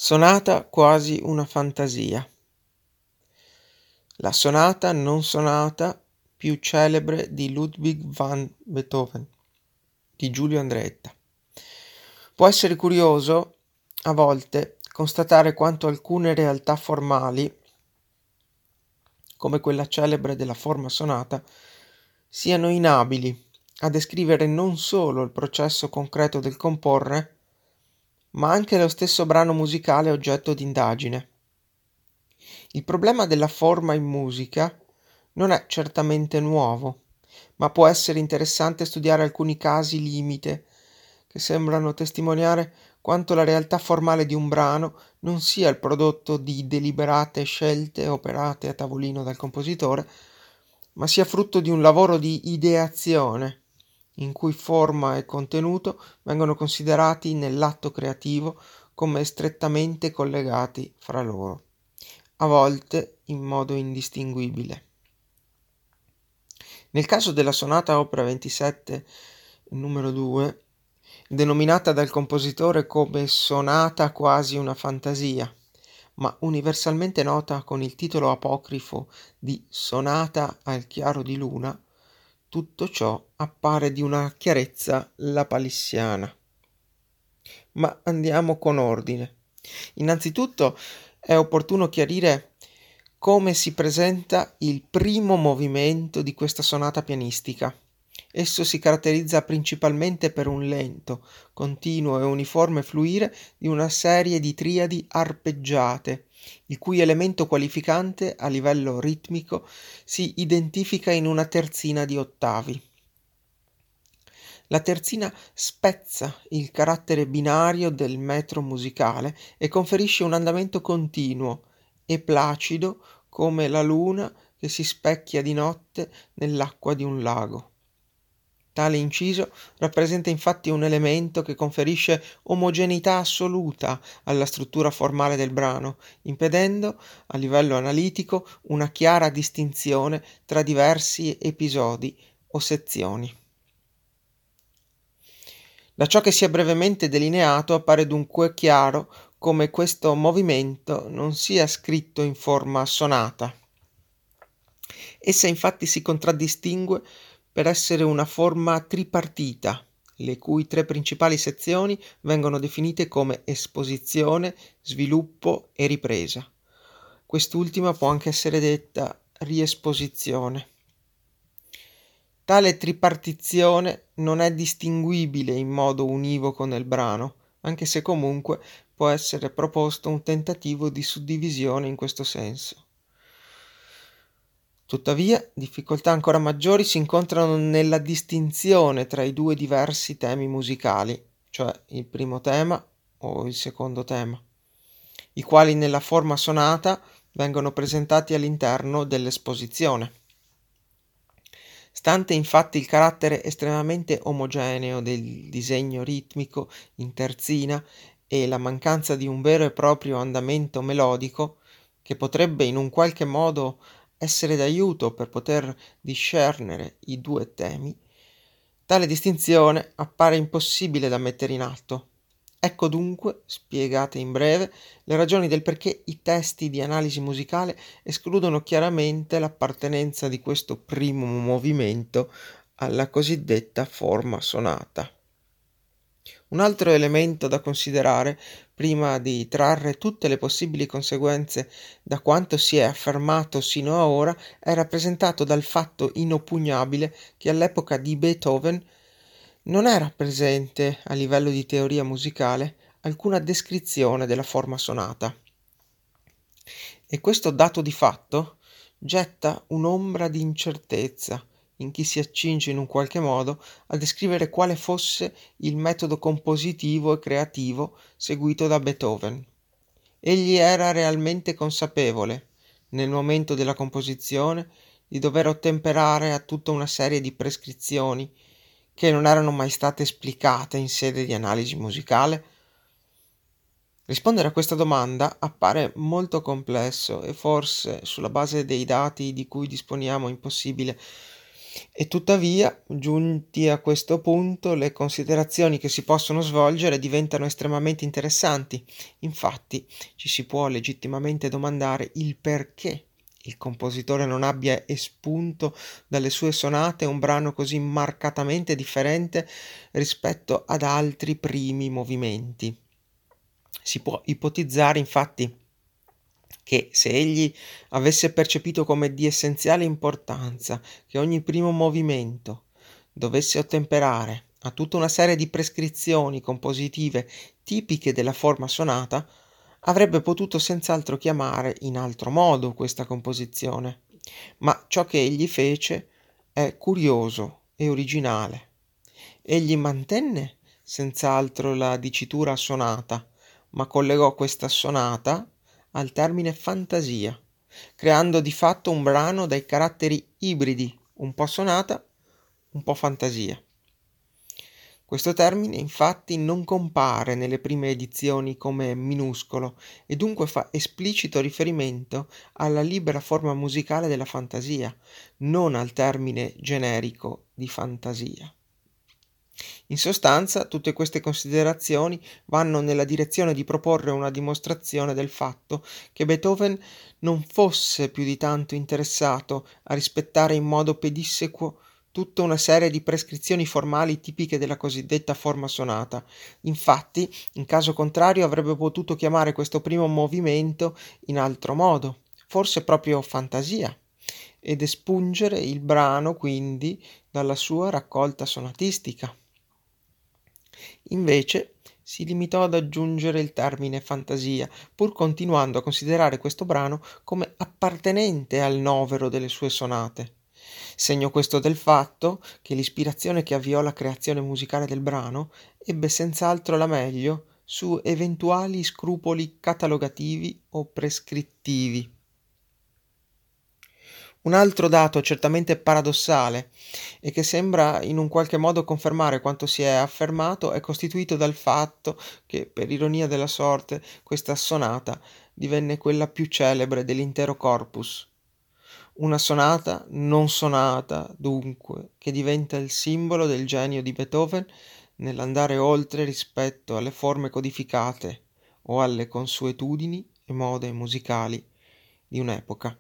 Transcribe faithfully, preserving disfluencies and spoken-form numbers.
Sonata quasi una fantasia. La sonata non sonata più celebre di Ludwig van Beethoven di Giulio Andreetta. Può essere curioso, a volte, constatare quanto alcune realtà formali, come quella celebre della forma sonata, siano inabili a descrivere non solo il processo concreto del comporre, ma anche lo stesso brano musicale oggetto d'indagine. Il problema della forma in musica non è certamente nuovo, ma può essere interessante studiare alcuni casi limite che sembrano testimoniare quanto la realtà formale di un brano non sia il prodotto di deliberate scelte operate a tavolino dal compositore, ma sia frutto di un lavoro di ideazione in cui forma e contenuto vengono considerati nell'atto creativo come strettamente collegati fra loro, a volte in modo indistinguibile. Nel caso della sonata opera ventisette numero due, denominata dal compositore come sonata quasi una fantasia, ma universalmente nota con il titolo apocrifo di sonata al chiaro di luna, tutto ciò appare di una chiarezza lapalissiana. Ma andiamo con ordine. Innanzitutto è opportuno chiarire come si presenta il primo movimento di questa sonata pianistica. Esso si caratterizza principalmente per un lento, continuo e uniforme fluire di una serie di triadi arpeggiate, il cui elemento qualificante a livello ritmico si identifica in una terzina di ottavi. La terzina spezza il carattere binario del metro musicale e conferisce un andamento continuo e placido come la luna che si specchia di notte nell'acqua di un lago. Tale inciso rappresenta infatti un elemento che conferisce omogeneità assoluta alla struttura formale del brano, impedendo, a livello analitico, una chiara distinzione tra diversi episodi o sezioni. Da ciò che si è brevemente delineato appare dunque chiaro come questo movimento non sia scritto in forma sonata. Essa infatti si contraddistingue per essere una forma tripartita, le cui tre principali sezioni vengono definite come esposizione, sviluppo e ripresa. Quest'ultima può anche essere detta riesposizione. Tale tripartizione non è distinguibile in modo univoco nel brano, anche se comunque può essere proposto un tentativo di suddivisione in questo senso. Tuttavia, difficoltà ancora maggiori si incontrano nella distinzione tra i due diversi temi musicali, cioè il primo tema o il secondo tema, i quali nella forma sonata vengono presentati all'interno dell'esposizione. Stante infatti il carattere estremamente omogeneo del disegno ritmico in terzina e la mancanza di un vero e proprio andamento melodico, che potrebbe in un qualche modo essere d'aiuto per poter discernere i due temi, tale distinzione appare impossibile da mettere in atto. Ecco dunque, spiegate in breve, le ragioni del perché i testi di analisi musicale escludono chiaramente l'appartenenza di questo primo movimento alla cosiddetta forma sonata. Un altro elemento da considerare, prima di trarre tutte le possibili conseguenze da quanto si è affermato sino a ora, è rappresentato dal fatto inoppugnabile che all'epoca di Beethoven non era presente, a livello di teoria musicale, alcuna descrizione della forma sonata. E questo dato di fatto getta un'ombra di incertezza in chi si accinge in un qualche modo a descrivere quale fosse il metodo compositivo e creativo seguito da Beethoven. Egli era realmente consapevole, nel momento della composizione, di dover ottemperare a tutta una serie di prescrizioni che non erano mai state esplicate in sede di analisi musicale? Rispondere a questa domanda appare molto complesso e forse, sulla base dei dati di cui disponiamo, impossibile, E tuttavia, giunti a questo punto, le considerazioni che si possono svolgere diventano estremamente interessanti. Infatti, ci si può legittimamente domandare il perché il compositore non abbia espunto dalle sue sonate un brano così marcatamente differente rispetto ad altri primi movimenti. Si può ipotizzare, infatti, che se egli avesse percepito come di essenziale importanza che ogni primo movimento dovesse ottemperare a tutta una serie di prescrizioni compositive tipiche della forma sonata, avrebbe potuto senz'altro chiamare in altro modo questa composizione. Ma ciò che egli fece è curioso e originale. Egli mantenne senz'altro la dicitura sonata, ma collegò questa sonata al termine fantasia, creando di fatto un brano dai caratteri ibridi, un po' sonata, un po' fantasia. Questo termine infatti non compare nelle prime edizioni come minuscolo e dunque fa esplicito riferimento alla libera forma musicale della fantasia, non al termine generico di fantasia. In sostanza, tutte queste considerazioni vanno nella direzione di proporre una dimostrazione del fatto che Beethoven non fosse più di tanto interessato a rispettare in modo pedissequo tutta una serie di prescrizioni formali tipiche della cosiddetta forma sonata. Infatti, in caso contrario, avrebbe potuto chiamare questo primo movimento in altro modo, forse proprio fantasia, ed espungere il brano quindi dalla sua raccolta sonatistica. Invece si limitò ad aggiungere il termine fantasia, pur continuando a considerare questo brano come appartenente al novero delle sue sonate. Segno questo del fatto che l'ispirazione che avviò la creazione musicale del brano ebbe senz'altro la meglio su eventuali scrupoli catalogativi o prescrittivi. Un altro dato certamente paradossale e che sembra in un qualche modo confermare quanto si è affermato è costituito dal fatto che, per ironia della sorte, questa sonata divenne quella più celebre dell'intero corpus. Una sonata non sonata, dunque, che diventa il simbolo del genio di Beethoven nell'andare oltre rispetto alle forme codificate o alle consuetudini e mode musicali di un'epoca.